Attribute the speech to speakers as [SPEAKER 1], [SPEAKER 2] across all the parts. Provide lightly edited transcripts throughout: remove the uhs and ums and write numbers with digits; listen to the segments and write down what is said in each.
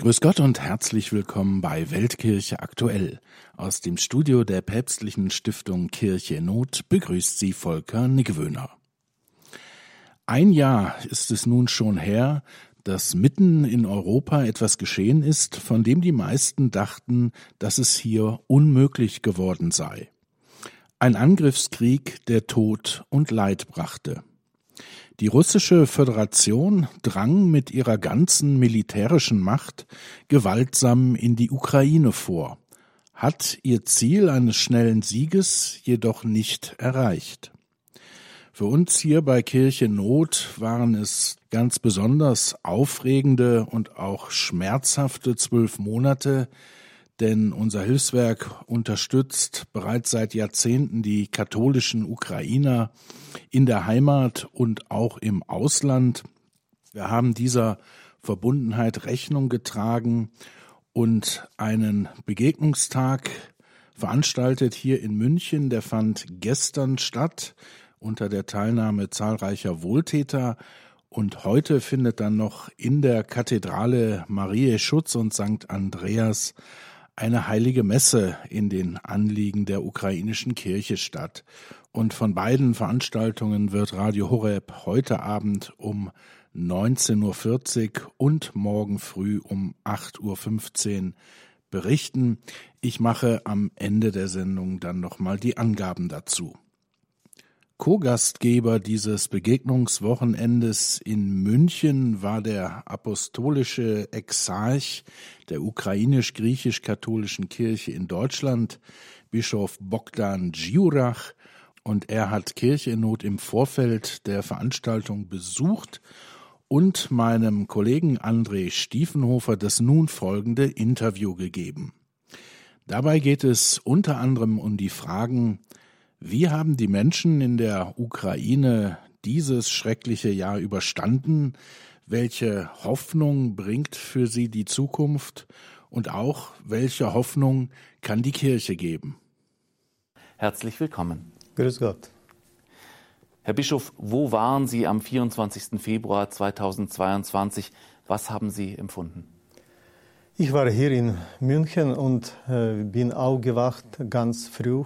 [SPEAKER 1] Grüß Gott und herzlich willkommen bei Weltkirche aktuell. Aus dem Studio der Päpstlichen Stiftung Kirche in Not begrüßt Sie Volker Niggewöhner. Ein Jahr ist es nun schon her, dass mitten in Europa etwas geschehen ist, von dem die meisten dachten, dass es hier unmöglich geworden sei. Ein Angriffskrieg, der Tod und Leid brachte. Die russische Föderation drang mit ihrer ganzen militärischen Macht gewaltsam in die Ukraine vor, hat ihr Ziel eines schnellen Sieges jedoch nicht erreicht. Für uns hier bei Kirche in Not waren es ganz besonders aufregende und auch schmerzhafte 12 Monate, denn unser Hilfswerk unterstützt bereits seit Jahrzehnten die katholischen Ukrainer in der Heimat und auch im Ausland. Wir haben dieser Verbundenheit Rechnung getragen und einen Begegnungstag veranstaltet hier in München. Der fand gestern statt unter der Teilnahme zahlreicher Wohltäter. Und heute findet dann noch in der Kathedrale Mariä Schutz und St. Andreas eine heilige Messe in den Anliegen der ukrainischen Kirche statt. Und von beiden Veranstaltungen wird Radio Horeb heute Abend um 19.40 Uhr und morgen früh um 8.15 Uhr berichten. Ich mache am Ende der Sendung dann nochmal die Angaben dazu. Co-Gastgeber dieses Begegnungswochenendes in München war der apostolische Exarch der ukrainisch-griechisch-katholischen Kirche in Deutschland, Bischof Bogdan Dziurach, und er hat Kirche in Not im Vorfeld der Veranstaltung besucht und meinem Kollegen André Stiefenhofer das nun folgende Interview gegeben. Dabei geht es unter anderem um die Fragen: Wie haben die Menschen in der Ukraine dieses schreckliche Jahr überstanden? Welche Hoffnung bringt für sie die Zukunft? Und auch, welche Hoffnung kann die Kirche geben?
[SPEAKER 2] Herzlich willkommen.
[SPEAKER 3] Grüß Gott.
[SPEAKER 2] Herr Bischof, wo waren Sie am 24. Februar 2022? Was haben Sie empfunden?
[SPEAKER 3] Ich war hier in München und bin aufgewacht ganz früh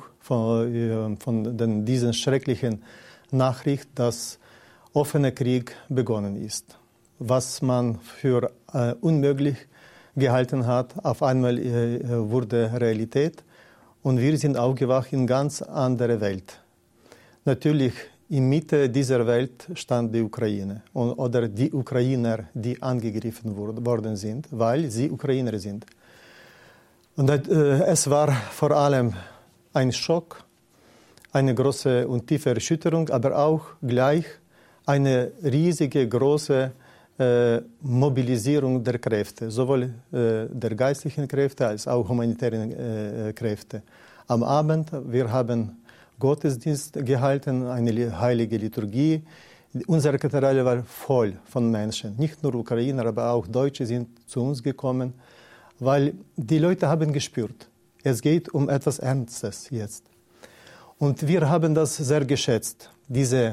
[SPEAKER 3] von diesen schrecklichen Nachricht, dass offener Krieg begonnen ist. Was man für unmöglich gehalten hat, auf einmal wurde Realität und wir sind aufgewacht in ganz andere Welt. Natürlich in Mitte dieser Welt stand die Ukraine oder die Ukrainer, die angegriffen worden sind, weil sie Ukrainer sind. Und es war vor allem ein Schock, eine große und tiefe Erschütterung, aber auch gleich eine riesige, große Mobilisierung der Kräfte, sowohl der geistlichen Kräfte als auch humanitären Kräfte. Am Abend, wir haben Gottesdienst gehalten, eine heilige Liturgie. Unsere Kathedrale war voll von Menschen. Nicht nur Ukrainer, aber auch Deutsche sind zu uns gekommen, weil die Leute haben gespürt, es geht um etwas Ernstes jetzt. Und wir haben das sehr geschätzt. Diese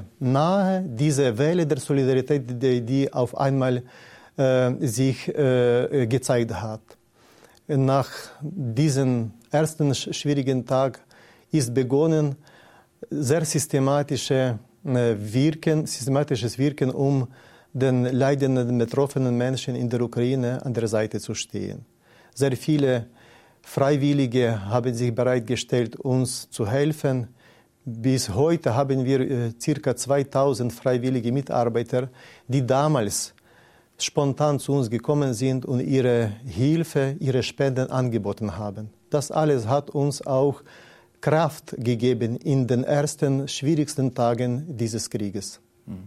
[SPEAKER 3] Welle der Solidarität, die auf einmal sich gezeigt hat. Nach diesem ersten schwierigen Tag ist begonnen, sehr systematisches Wirken, um den leidenden, betroffenen Menschen in der Ukraine an der Seite zu stehen. Sehr viele Freiwillige haben sich bereitgestellt, uns zu helfen. Bis heute haben wir ca. 2000 freiwillige Mitarbeiter, die damals spontan zu uns gekommen sind und ihre Hilfe, ihre Spenden angeboten haben. Das alles hat uns auch Kraft gegeben in den ersten schwierigsten Tagen dieses Krieges.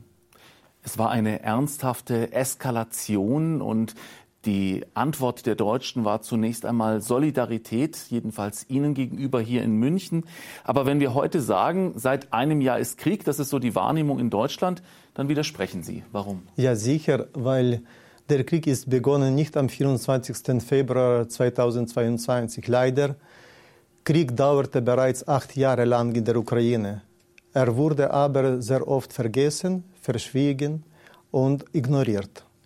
[SPEAKER 2] Es war eine ernsthafte Eskalation und die Antwort der Deutschen war zunächst einmal Solidarität, jedenfalls Ihnen gegenüber hier in München. Aber wenn wir heute sagen, seit einem Jahr ist Krieg, das ist so die Wahrnehmung in Deutschland, dann widersprechen Sie. Warum?
[SPEAKER 3] Ja, sicher, weil der Krieg ist begonnen nicht am 24. Februar 2022. Leider, Krieg dauerte bereits 8 Jahre lang in der Ukraine. Er wurde aber sehr oft vergessen, verschwiegen und ignoriert.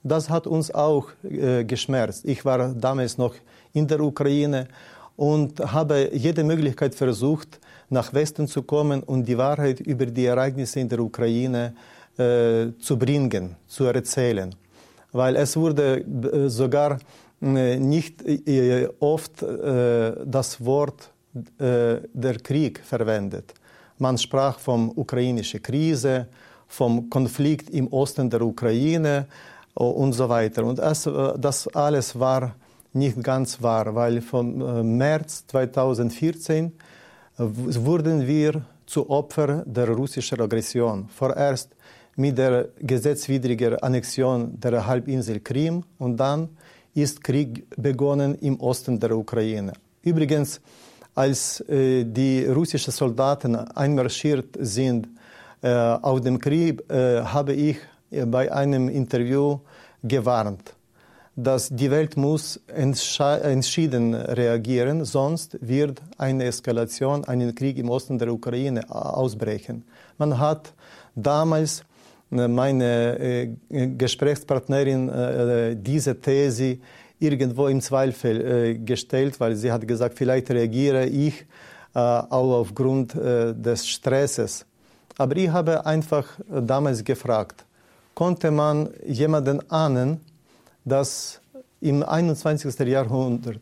[SPEAKER 3] Das hat uns auch geschmerzt. Ich war damals noch in der Ukraine und habe jede Möglichkeit versucht, nach Westen zu kommen und die Wahrheit über die Ereignisse in der Ukraine zu bringen, zu erzählen. Weil es wurde sogar nicht oft das Wort der Krieg verwendet. Man sprach von ukrainischer Krise, vom Konflikt im Osten der Ukraine und so weiter. Und das alles war nicht ganz wahr, weil von März 2014 wurden wir zu Opfer der russischen Aggression. Vorerst mit der gesetzwidrigen Annexion der Halbinsel Krim und dann ist Krieg begonnen im Osten der Ukraine. Übrigens, als die russischen Soldaten einmarschiert sind auf dem Krieg, habe ich bei einem Interview gewarnt, dass die Welt muss entschieden reagieren, sonst wird eine Eskalation, einen Krieg im Osten der Ukraine ausbrechen. Man hat damals meine Gesprächspartnerin diese These irgendwo im Zweifel gestellt, weil sie hat gesagt, vielleicht reagiere ich auch aufgrund des Stresses. Aber ich habe einfach damals gefragt, konnte man jemanden ahnen, dass im 21. Jahrhundert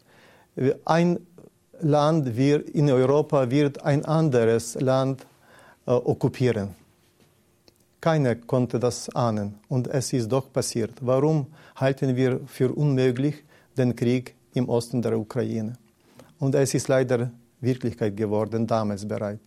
[SPEAKER 3] ein Land in Europa wird ein anderes Land okkupieren? Keiner konnte das ahnen und es ist doch passiert. Warum halten wir für unmöglich den Krieg im Osten der Ukraine? Und es ist leider Wirklichkeit geworden, damals bereits.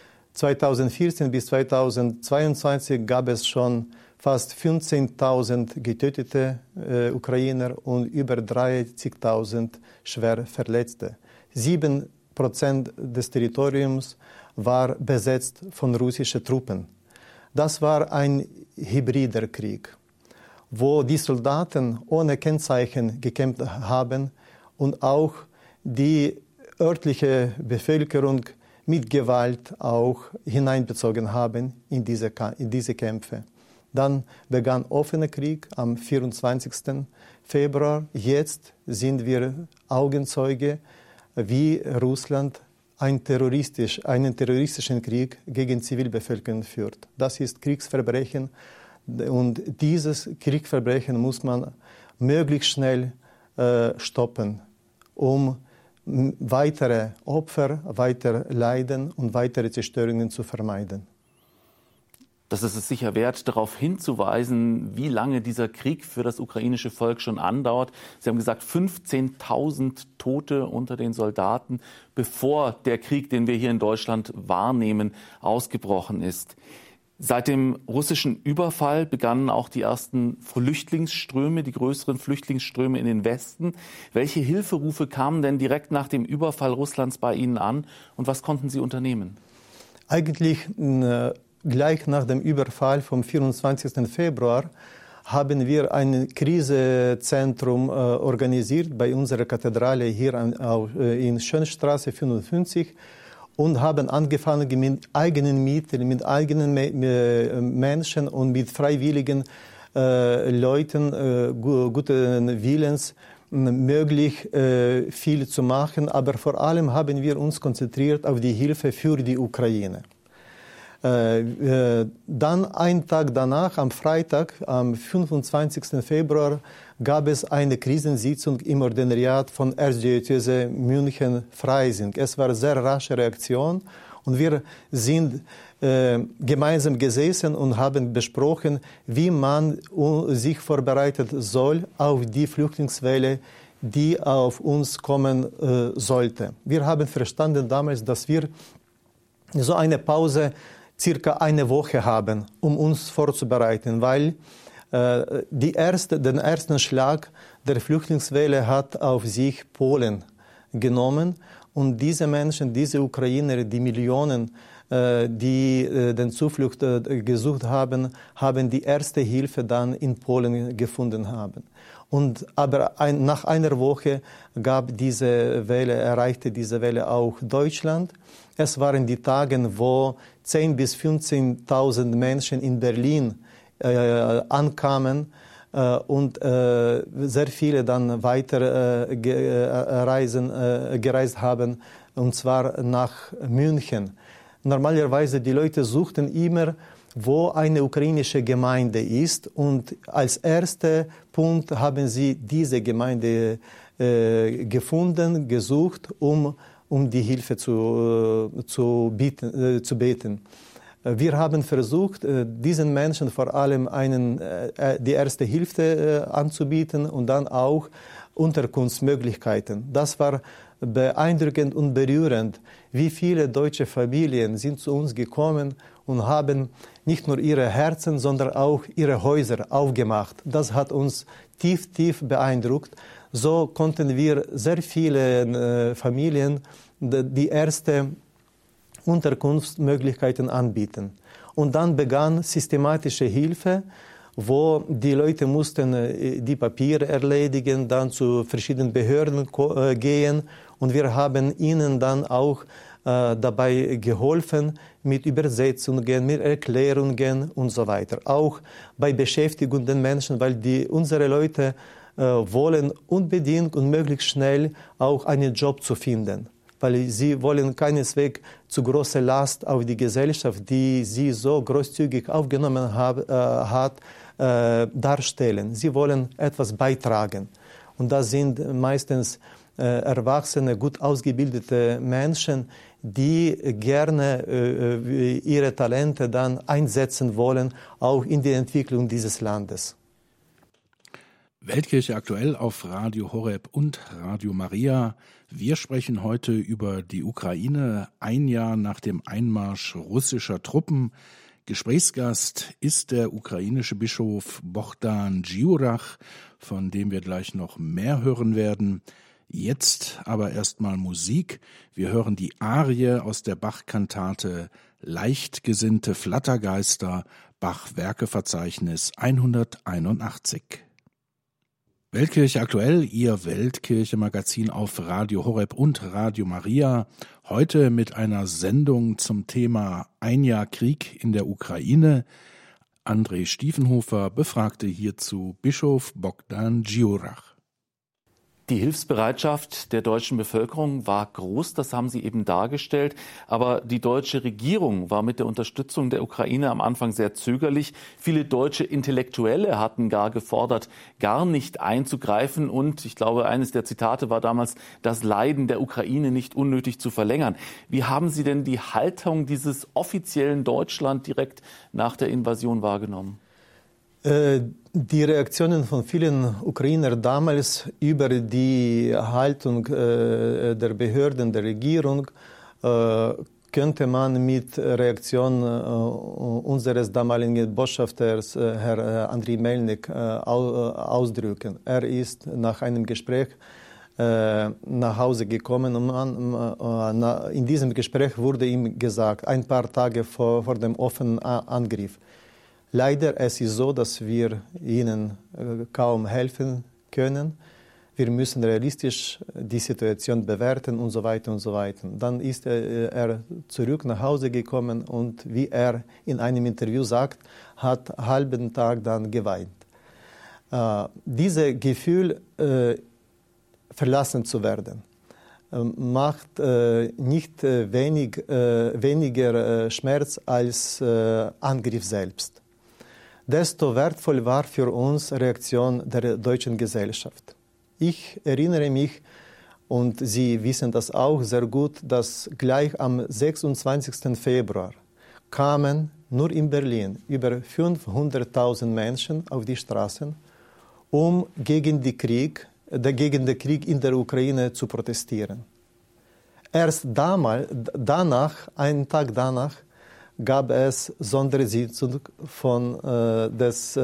[SPEAKER 3] 2014 bis 2022 gab es schon fast 15.000 getötete Ukrainer und über 30.000 schwer Verletzte. 7% des Territoriums war besetzt von russischen Truppen. Das war ein hybrider Krieg, wo die Soldaten ohne Kennzeichen gekämpft haben und auch die örtliche Bevölkerung mit Gewalt auch hineinbezogen haben in diese Kämpfe. Dann begann offener Krieg am 24. Februar. Jetzt sind wir Augenzeuge, wie Russland einen terroristischen Krieg gegen Zivilbevölkerung führt. Das ist Kriegsverbrechen und dieses Kriegsverbrechen muss man möglichst schnell stoppen, um weitere Opfer, weitere Leiden und weitere Zerstörungen zu vermeiden.
[SPEAKER 2] Das ist es sicher wert, darauf hinzuweisen, wie lange dieser Krieg für das ukrainische Volk schon andauert. Sie haben gesagt, 15.000 Tote unter den Soldaten, bevor der Krieg, den wir hier in Deutschland wahrnehmen, ausgebrochen ist. Seit dem russischen Überfall begannen auch die ersten Flüchtlingsströme, die größeren Flüchtlingsströme in den Westen. Welche Hilferufe kamen denn direkt nach dem Überfall Russlands bei Ihnen an und was konnten Sie unternehmen?
[SPEAKER 3] Eigentlich gleich nach dem Überfall vom 24. Februar haben wir ein Krisenzentrum organisiert bei unserer Kathedrale hier in Schönstraße 55 und haben angefangen mit eigenen Mitteln, mit eigenen Menschen und mit freiwilligen Leuten guten Willens möglich viel zu machen. Aber vor allem haben wir uns konzentriert auf die Hilfe für die Ukraine. Dann einen Tag danach, am Freitag, am 25. Februar, gab es eine Krisensitzung im Ordinariat von Erzdiözese München-Freising. Es war eine sehr rasche Reaktion und wir sind gemeinsam gesessen und haben besprochen, wie man sich vorbereiten soll auf die Flüchtlingswelle, die auf uns kommen sollte. Wir haben verstanden damals, dass wir so eine Pause circa eine Woche haben, um uns vorzubereiten, weil den ersten Schlag der Flüchtlingswelle hat auf sich Polen genommen und diese Menschen, diese Ukrainer, die Millionen, die den Zuflucht gesucht haben, haben die erste Hilfe dann in Polen gefunden haben. Aber nach einer Woche erreichte diese Welle auch Deutschland. Es waren die Tage, wo 10.000 bis 15.000 Menschen in Berlin ankamen und sehr viele dann weiter gereist haben, und zwar nach München. Normalerweise die Leute suchten immer, wo eine ukrainische Gemeinde ist, und als erster Punkt haben sie diese Gemeinde gefunden, gesucht, um die Hilfe zu beten. Wir haben versucht, diesen Menschen vor allem die erste Hilfe anzubieten und dann auch Unterkunftsmöglichkeiten. Das war beeindruckend und berührend, wie viele deutsche Familien sind zu uns gekommen und haben nicht nur ihre Herzen, sondern auch ihre Häuser aufgemacht. Das hat uns tief beeindruckt. So konnten wir sehr viele Familien die erste Unterkunftsmöglichkeiten anbieten. Und dann begann systematische Hilfe, wo die Leute mussten die Papiere erledigen, dann zu verschiedenen Behörden gehen, und wir haben ihnen dann auch dabei geholfen mit Übersetzungen, mit Erklärungen und so weiter. Auch bei beschäftigenden Menschen, weil unsere Leute wollen unbedingt und möglichst schnell auch einen Job zu finden, weil sie wollen keineswegs zu große Last auf die Gesellschaft, die sie so großzügig aufgenommen hat, darstellen. Sie wollen etwas beitragen. Und das sind meistens erwachsene, gut ausgebildete Menschen, die gerne ihre Talente dann einsetzen wollen, auch in die Entwicklung dieses Landes.
[SPEAKER 1] Weltkirche aktuell auf Radio Horeb und Radio Maria. Wir sprechen heute über die Ukraine, ein Jahr nach dem Einmarsch russischer Truppen. Gesprächsgast ist der ukrainische Bischof Bohdan Dziurach, von dem wir gleich noch mehr hören werden. Jetzt aber erstmal Musik. Wir hören die Arie aus der Bach-Kantate Leichtgesinnte Flattergeister, Bach-Werkeverzeichnis 181. Weltkirche aktuell, Ihr Weltkirche-Magazin auf Radio Horeb und Radio Maria. Heute mit einer Sendung zum Thema Ein Jahr Krieg in der Ukraine. André Stiefenhofer befragte hierzu Bischof Bohdan Dziurach.
[SPEAKER 2] Die Hilfsbereitschaft der deutschen Bevölkerung war groß, das haben Sie eben dargestellt. Aber die deutsche Regierung war mit der Unterstützung der Ukraine am Anfang sehr zögerlich. Viele deutsche Intellektuelle hatten gar gefordert, gar nicht einzugreifen. Und ich glaube, eines der Zitate war damals, das Leiden der Ukraine nicht unnötig zu verlängern. Wie haben Sie denn die Haltung dieses offiziellen Deutschland direkt nach der Invasion wahrgenommen?
[SPEAKER 3] Die Reaktionen von vielen Ukrainern damals über die Haltung der Behörden, der Regierung, könnte man mit Reaktion unseres damaligen Botschafters, Herr Andriy Melnik, ausdrücken. Er ist nach einem Gespräch nach Hause gekommen und in diesem Gespräch wurde ihm gesagt, ein paar Tage vor dem offenen Angriff: Leider, es ist so, dass wir Ihnen kaum helfen können. Wir müssen realistisch die Situation bewerten und so weiter und so weiter. Dann ist er zurück nach Hause gekommen und, wie er in einem Interview sagt, hat einen halben Tag dann geweint. Dieses Gefühl, verlassen zu werden, macht nicht weniger Schmerz als Angriff selbst. Desto wertvoll war für uns Reaktion der deutschen Gesellschaft. Ich erinnere mich, und Sie wissen das auch sehr gut, dass gleich am 26. Februar kamen nur in Berlin über 500.000 Menschen auf die Straßen, um gegen den Krieg in der Ukraine zu protestieren. Erst danach, einen Tag danach, gab es Sondersitzung des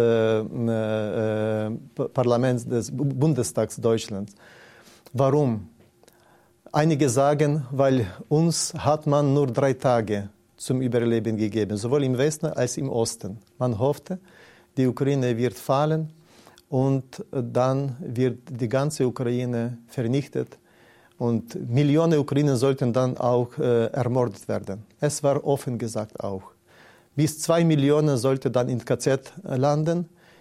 [SPEAKER 3] Parlaments des Bundestags Deutschlands. Warum? Einige sagen, weil uns hat man nur 3 Tage zum Überleben gegeben, sowohl im Westen als im Osten. Man hoffte, die Ukraine wird fallen und dann wird die ganze Ukraine vernichtet. Und Millionen Ukrainer sollten dann auch ermordet werden. Es war offen gesagt auch. Bis 2 Millionen sollten dann in KZ landen.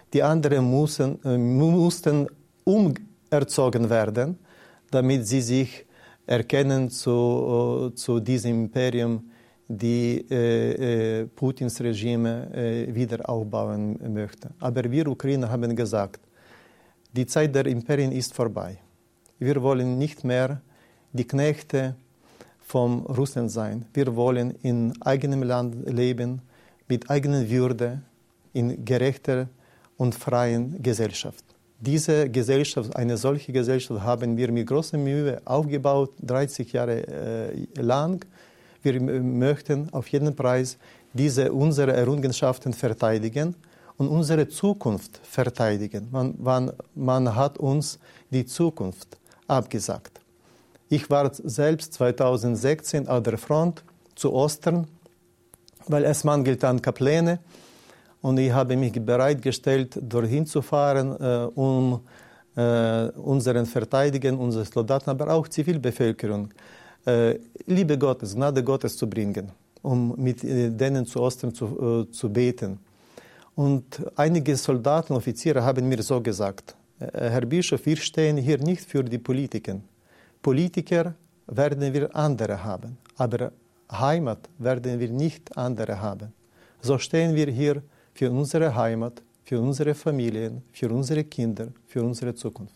[SPEAKER 3] Die anderen mussten umerzogen werden, damit sie sich erkennen zu diesem Imperium, die Putins Regime wieder aufbauen möchte. Aber wir Ukrainer haben gesagt, die Zeit der Imperien ist vorbei. Wir wollen nicht mehr die Knechte von Russland sein. Wir wollen in eigenem Land leben, mit eigener Würde, in gerechter und freien Gesellschaft. Diese Gesellschaft, eine solche Gesellschaft haben wir mit großer Mühe aufgebaut, 30 Jahre lang. Wir möchten auf jeden Preis unsere Errungenschaften verteidigen und unsere Zukunft verteidigen. Man hat uns die Zukunft abgesagt. Ich war selbst 2016 an der Front zu Ostern, weil es mangelt an Kapläne. Und ich habe mich bereitgestellt, dorthin zu fahren, um unseren Verteidigen, unsere Soldaten, aber auch Zivilbevölkerung, Liebe Gottes, Gnade Gottes zu bringen, um mit denen zu Ostern zu beten. Und einige Soldaten, Offiziere haben mir so gesagt, Herr Bischof, wir stehen hier nicht für die Politiker. Politiker werden wir andere haben, aber Heimat werden wir nicht andere haben. So stehen wir hier für unsere Heimat, für unsere Familien, für unsere Kinder, für unsere Zukunft.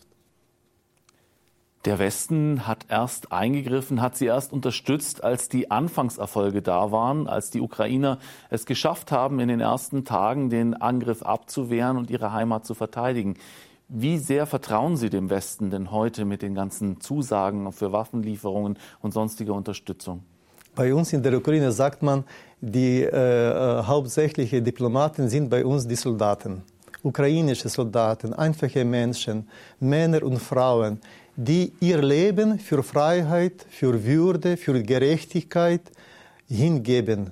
[SPEAKER 2] Der Westen hat erst eingegriffen, hat sie erst unterstützt, als die Anfangserfolge da waren, als die Ukrainer es geschafft haben, in den ersten Tagen den Angriff abzuwehren und ihre Heimat zu verteidigen. Wie sehr vertrauen Sie dem Westen denn heute mit den ganzen Zusagen für Waffenlieferungen und sonstiger Unterstützung?
[SPEAKER 3] Bei uns in der Ukraine sagt man, die hauptsächlichen Diplomaten sind bei uns die Soldaten. Ukrainische Soldaten, einfache Menschen, Männer und Frauen, die ihr Leben für Freiheit, für Würde, für Gerechtigkeit hingeben.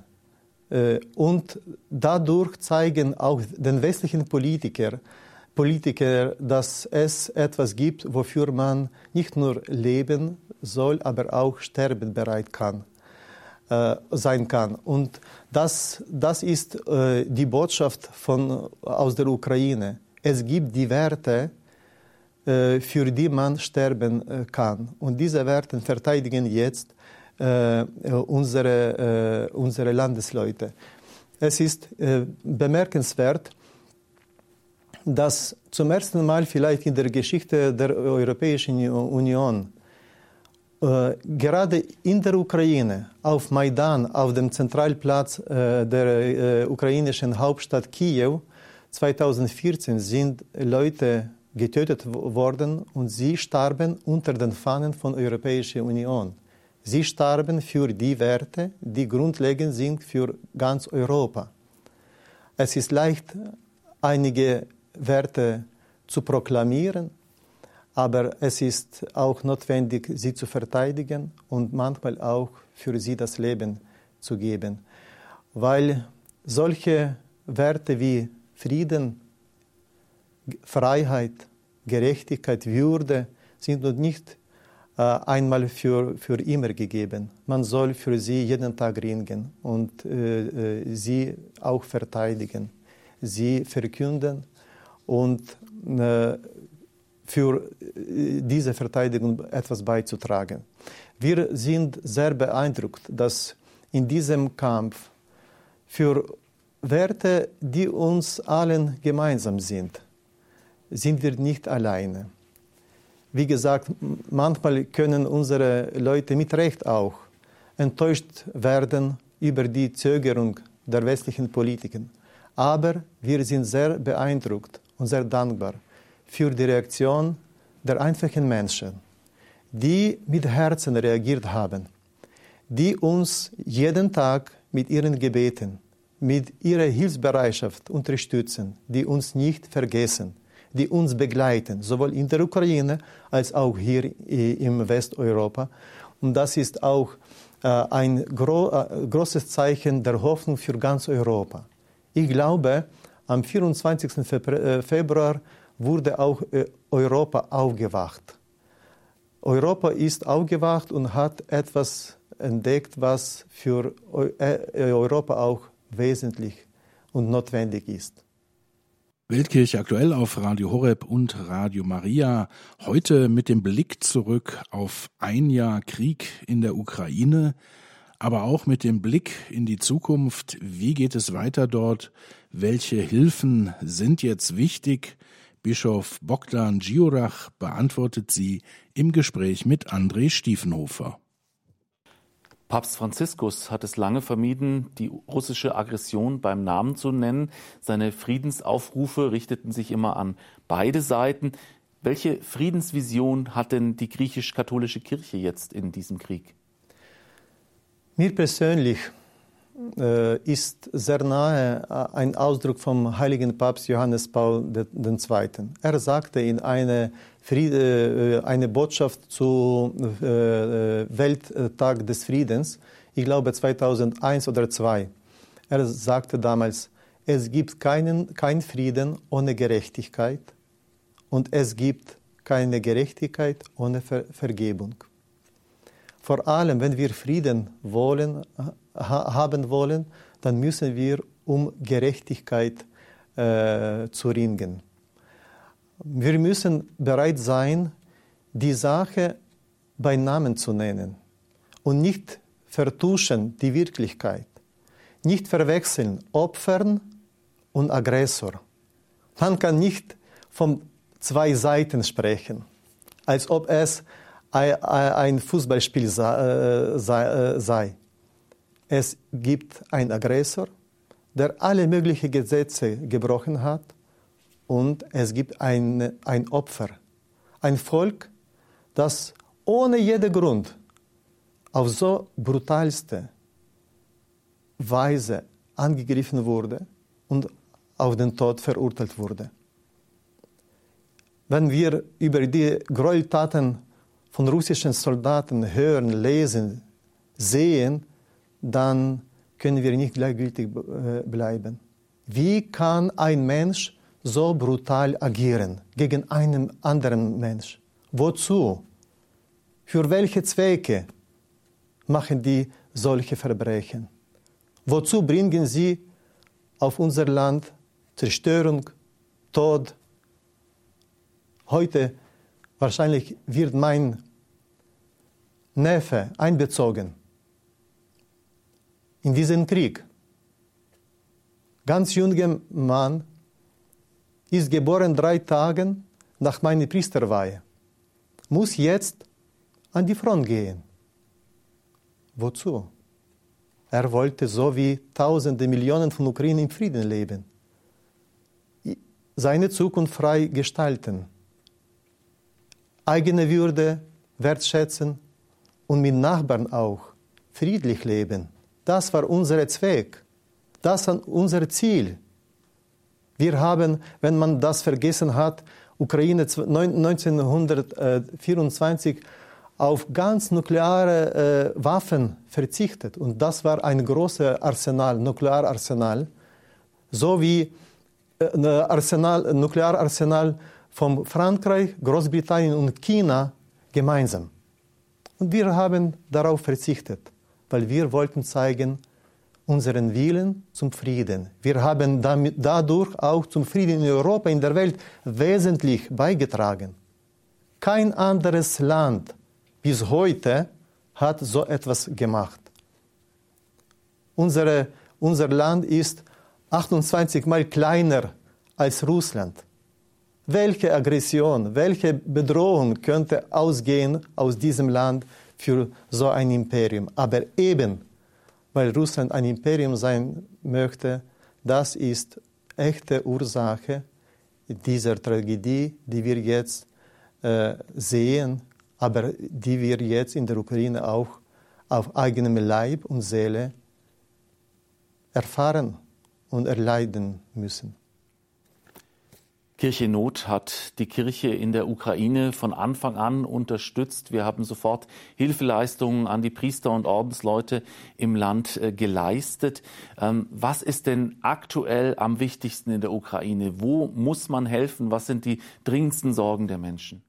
[SPEAKER 3] Und dadurch zeigen auch den westlichen Politiker, dass es etwas gibt, wofür man nicht nur leben soll, aber auch sterbenbereit sein kann. Und das ist die Botschaft aus der Ukraine. Es gibt die Werte, für die man sterben kann. Und diese Werte verteidigen jetzt unsere Landesleute. Es ist bemerkenswert, dass zum ersten Mal vielleicht in der Geschichte der Europäischen Union gerade in der Ukraine, auf Maidan, auf dem Zentralplatz der ukrainischen Hauptstadt Kiew, 2014 sind Leute getötet worden und sie starben unter den Fahnen von der Europäischen Union. Sie starben für die Werte, die grundlegend sind für ganz Europa. Es ist leicht, einige Werte zu proklamieren, aber es ist auch notwendig, sie zu verteidigen und manchmal auch für sie das Leben zu geben. Weil solche Werte wie Frieden, Freiheit, Gerechtigkeit, Würde sind noch nicht einmal für immer gegeben. Man soll für sie jeden Tag ringen und sie auch verteidigen, sie verkünden und für diese Verteidigung etwas beizutragen. Wir sind sehr beeindruckt, dass in diesem Kampf für Werte, die uns allen gemeinsam sind wir nicht alleine. Wie gesagt, manchmal können unsere Leute mit Recht auch enttäuscht werden über die Zögerung der westlichen Politiker. Aber wir sind sehr beeindruckt und sehr dankbar für die Reaktion der einfachen Menschen, die mit Herzen reagiert haben, die uns jeden Tag mit ihren Gebeten, mit ihrer Hilfsbereitschaft unterstützen, die uns nicht vergessen, die uns begleiten, sowohl in der Ukraine als auch hier im Westeuropa. Und das ist auch ein großes Zeichen der Hoffnung für ganz Europa. Ich glaube, am 24. Februar wurde auch Europa aufgewacht. Europa ist aufgewacht und hat etwas entdeckt, was für Europa auch wesentlich und notwendig ist.
[SPEAKER 1] Weltkirche aktuell auf Radio Horeb und Radio Maria. Heute mit dem Blick zurück auf ein Jahr Krieg in der Ukraine, aber auch mit dem Blick in die Zukunft. Wie geht es weiter dort? Welche Hilfen sind jetzt wichtig? Bischof Bogdan Giurach beantwortet sie im Gespräch mit André Stiefenhofer.
[SPEAKER 2] Papst Franziskus hat es lange vermieden, die russische Aggression beim Namen zu nennen. Seine Friedensaufrufe richteten sich immer an beide Seiten. Welche Friedensvision hat denn die griechisch-katholische Kirche jetzt in diesem Krieg?
[SPEAKER 3] Mir persönlich ist sehr nahe ein Ausdruck vom heiligen Papst Johannes Paul II. Er sagte in eine Botschaft zum Welttag des Friedens, ich glaube 2001 oder 2002. Er sagte damals, es gibt kein Frieden ohne Gerechtigkeit und es gibt keine Gerechtigkeit ohne Vergebung. Vor allem, wenn wir Frieden haben wollen, dann müssen wir um Gerechtigkeit zu ringen. Wir müssen bereit sein, die Sache beim Namen zu nennen und nicht vertuschen die Wirklichkeit. Nicht verwechseln Opfer und Aggressor. Man kann nicht von zwei Seiten sprechen, als ob es ein Fußballspiel sei. Es gibt einen Aggressor, der alle möglichen Gesetze gebrochen hat, und es gibt ein Opfer, ein Volk, das ohne jeden Grund auf so brutalste Weise angegriffen wurde und auf den Tod verurteilt wurde. Wenn wir über die Gräueltaten von russischen Soldaten hören, lesen, sehen, dann können wir nicht gleichgültig bleiben. Wie kann ein Mensch so brutal agieren gegen einen anderen Mensch? Wozu? Für welche Zwecke machen die solche Verbrechen? Wozu bringen sie auf unser Land Zerstörung, Tod? Heute wahrscheinlich wird mein Neffe einbezogen in diesen Krieg. Ganz junger Mann ist geboren 3 Tage nach meiner Priesterweihe. Muss jetzt an die Front gehen. Wozu? Er wollte so wie Tausende, Millionen von Ukrainern im Frieden leben. Seine Zukunft frei gestalten. Eigene Würde wertschätzen und mit Nachbarn auch friedlich leben. Das war unser Zweck. Das war unser Ziel. Wir haben, wenn man das vergessen hat, Ukraine 1924 auf ganz nukleare Waffen verzichtet. Und das war ein großes Arsenal, Nukleararsenal, so wie Nukleararsenal von Frankreich, Großbritannien und China gemeinsam. Und wir haben darauf verzichtet, weil wir wollten zeigen, unseren Willen zum Frieden. Wir haben dadurch auch zum Frieden in Europa, in der Welt wesentlich beigetragen. Kein anderes Land bis heute hat so etwas gemacht. Unser Land ist 28 Mal kleiner als Russland. Welche Aggression, welche Bedrohung könnte ausgehen aus diesem Land für so ein Imperium? Aber eben, weil Russland ein Imperium sein möchte, das ist echte Ursache dieser Tragödie, die wir jetzt sehen, aber die wir jetzt in der Ukraine auch auf eigenem Leib und Seele erfahren und erleiden müssen.
[SPEAKER 2] Kirche Not hat die Kirche in der Ukraine von Anfang an unterstützt. Wir haben sofort Hilfeleistungen an die Priester und Ordensleute im Land geleistet. Was ist denn aktuell am wichtigsten in der Ukraine? Wo muss man helfen? Was sind die dringendsten Sorgen der Menschen?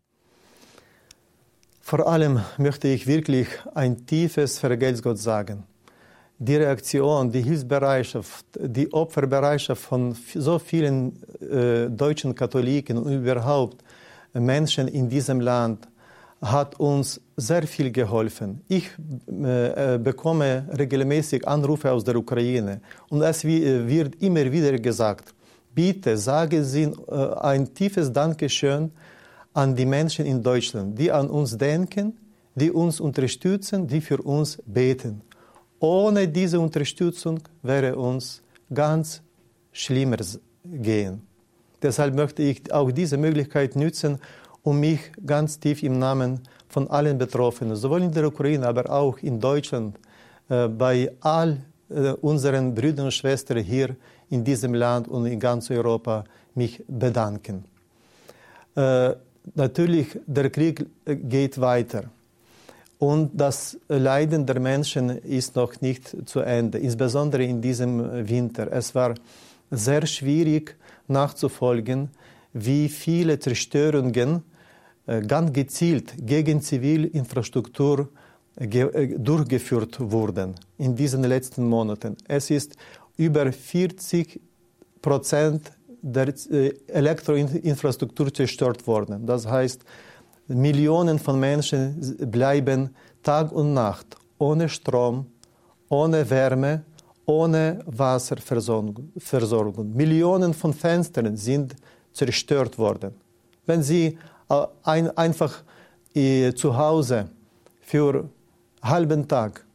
[SPEAKER 3] Vor allem möchte ich wirklich ein tiefes Vergelt's Gott sagen. die Reaktion, die Hilfsbereitschaft, die Opferbereitschaft von so vielen deutschen Katholiken und überhaupt Menschen in diesem Land hat uns sehr viel geholfen. Ich bekomme regelmäßig Anrufe aus der Ukraine und es wird immer wieder gesagt, bitte sagen Sie ein tiefes Dankeschön an die Menschen in Deutschland, die an uns denken, die uns unterstützen, die für uns beten. Ohne diese Unterstützung wäre uns ganz schlimmer gehen. Deshalb möchte ich auch diese Möglichkeit nutzen, um mich ganz tief im Namen von allen Betroffenen, sowohl in der Ukraine, aber auch in Deutschland, bei all unseren Brüdern und Schwestern hier in diesem Land und in ganz Europa mich bedanken. Natürlich, der Krieg geht weiter. Und das Leiden der Menschen ist noch nicht zu Ende, insbesondere in diesem Winter. Es war sehr schwierig nachzufolgen, wie viele Zerstörungen ganz gezielt gegen Zivilinfrastruktur durchgeführt wurden in diesen letzten Monaten. Es ist über 40% der Elektroinfrastruktur zerstört worden. Das heißt, Millionen von Menschen bleiben Tag und Nacht ohne Strom, ohne Wärme, ohne Wasserversorgung. Millionen von Fenstern sind zerstört worden. Wenn Sie einfach zu Hause für einen halben Tag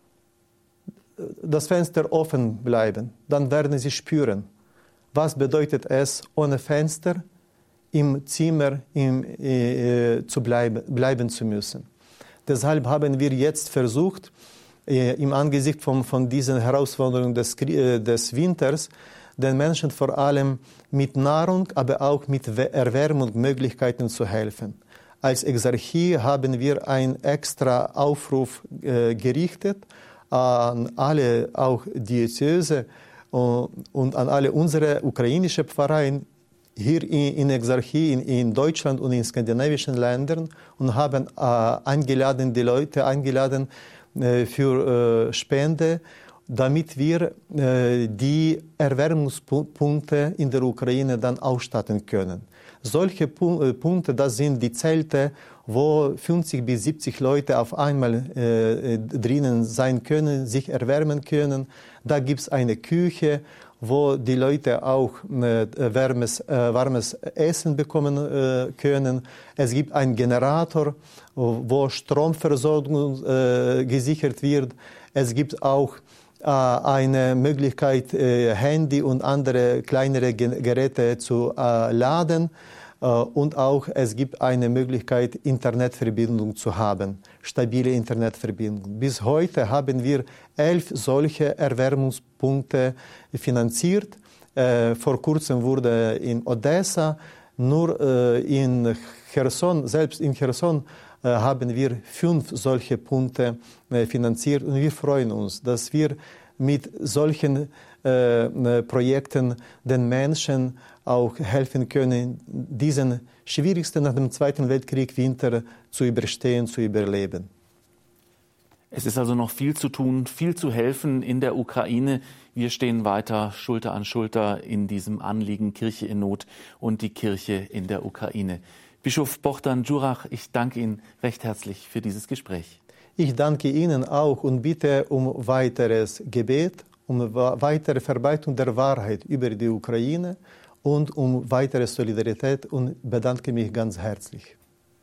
[SPEAKER 3] das Fenster offen bleiben, dann werden Sie spüren, was bedeutet es, ohne Fenster im Zimmer zu bleiben zu müssen. Deshalb haben wir jetzt versucht, im Angesicht von diesen Herausforderungen des Winters, den Menschen vor allem mit Nahrung, aber auch mit Erwärmungsmöglichkeiten zu helfen. Als Exarchie haben wir einen extra Aufruf gerichtet an alle, auch Diözese und an alle unsere ukrainischen Pfarreien hier in Exarchie in Deutschland und in skandinavischen Ländern und haben die Leute eingeladen für Spende, damit wir die Erwärmungspunkte in der Ukraine dann ausstatten können. Solche Punkte, das sind die Zelte, wo 50 bis 70 Leute auf einmal drinnen sein können, sich erwärmen können. Da gibt es eine Küche, wo die Leute auch warmes Essen bekommen können. Es gibt einen Generator, wo Stromversorgung gesichert wird. Es gibt auch eine Möglichkeit, Handy und andere kleinere Geräte zu laden. Und auch es gibt eine Möglichkeit, Internetverbindung zu haben, stabile Internetverbindung. Bis heute haben wir 11 solche Erwärmungspunkte finanziert. Vor kurzem wurde in Odessa, nur in Cherson, selbst in Cherson, haben wir 5 solche Punkte finanziert. Und wir freuen uns, dass wir mit solchen Projekten den Menschen auch helfen können, diesen schwierigsten nach dem Zweiten Weltkrieg Winter zu überstehen, zu überleben.
[SPEAKER 2] Es ist also noch viel zu tun, viel zu helfen in der Ukraine. Wir stehen weiter Schulter an Schulter in diesem Anliegen Kirche in Not und die Kirche in der Ukraine. Bischof Bohdan Dschurach, ich danke Ihnen recht herzlich für dieses Gespräch.
[SPEAKER 3] Ich danke Ihnen auch und bitte um weiteres Gebet, um weitere Verbreitung der Wahrheit über die Ukraine und um weitere Solidarität und bedanke mich ganz herzlich.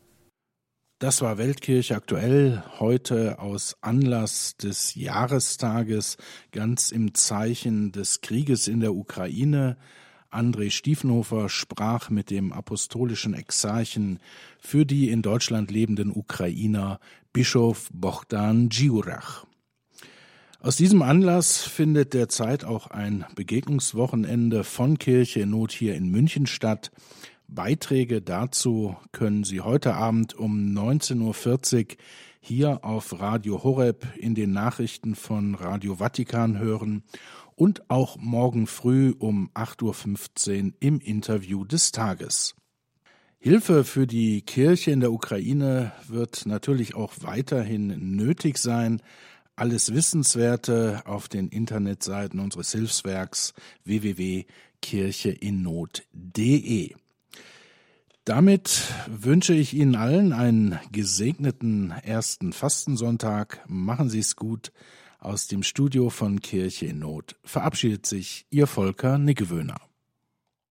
[SPEAKER 1] Das war Weltkirche aktuell, heute aus Anlass des Jahrestages, ganz im Zeichen des Krieges in der Ukraine. André Stiefenhofer sprach mit dem apostolischen Exarchen für die in Deutschland lebenden Ukrainer, Bischof Bohdan Dschurach. Aus diesem Anlass findet derzeit auch ein Begegnungswochenende von Kirche in Not hier in München statt. Beiträge dazu können Sie heute Abend um 19.40 Uhr hier auf Radio Horeb in den Nachrichten von Radio Vatikan hören und auch morgen früh um 8.15 Uhr im Interview des Tages. Hilfe für die Kirche in der Ukraine wird natürlich auch weiterhin nötig sein. alles Wissenswerte auf den Internetseiten unseres Hilfswerks www.kircheinnot.de. Damit wünsche ich Ihnen allen einen gesegneten ersten Fastensonntag. Machen Sie es gut. Aus dem Studio von Kirche in Not verabschiedet sich Ihr Volker Niggewöhner.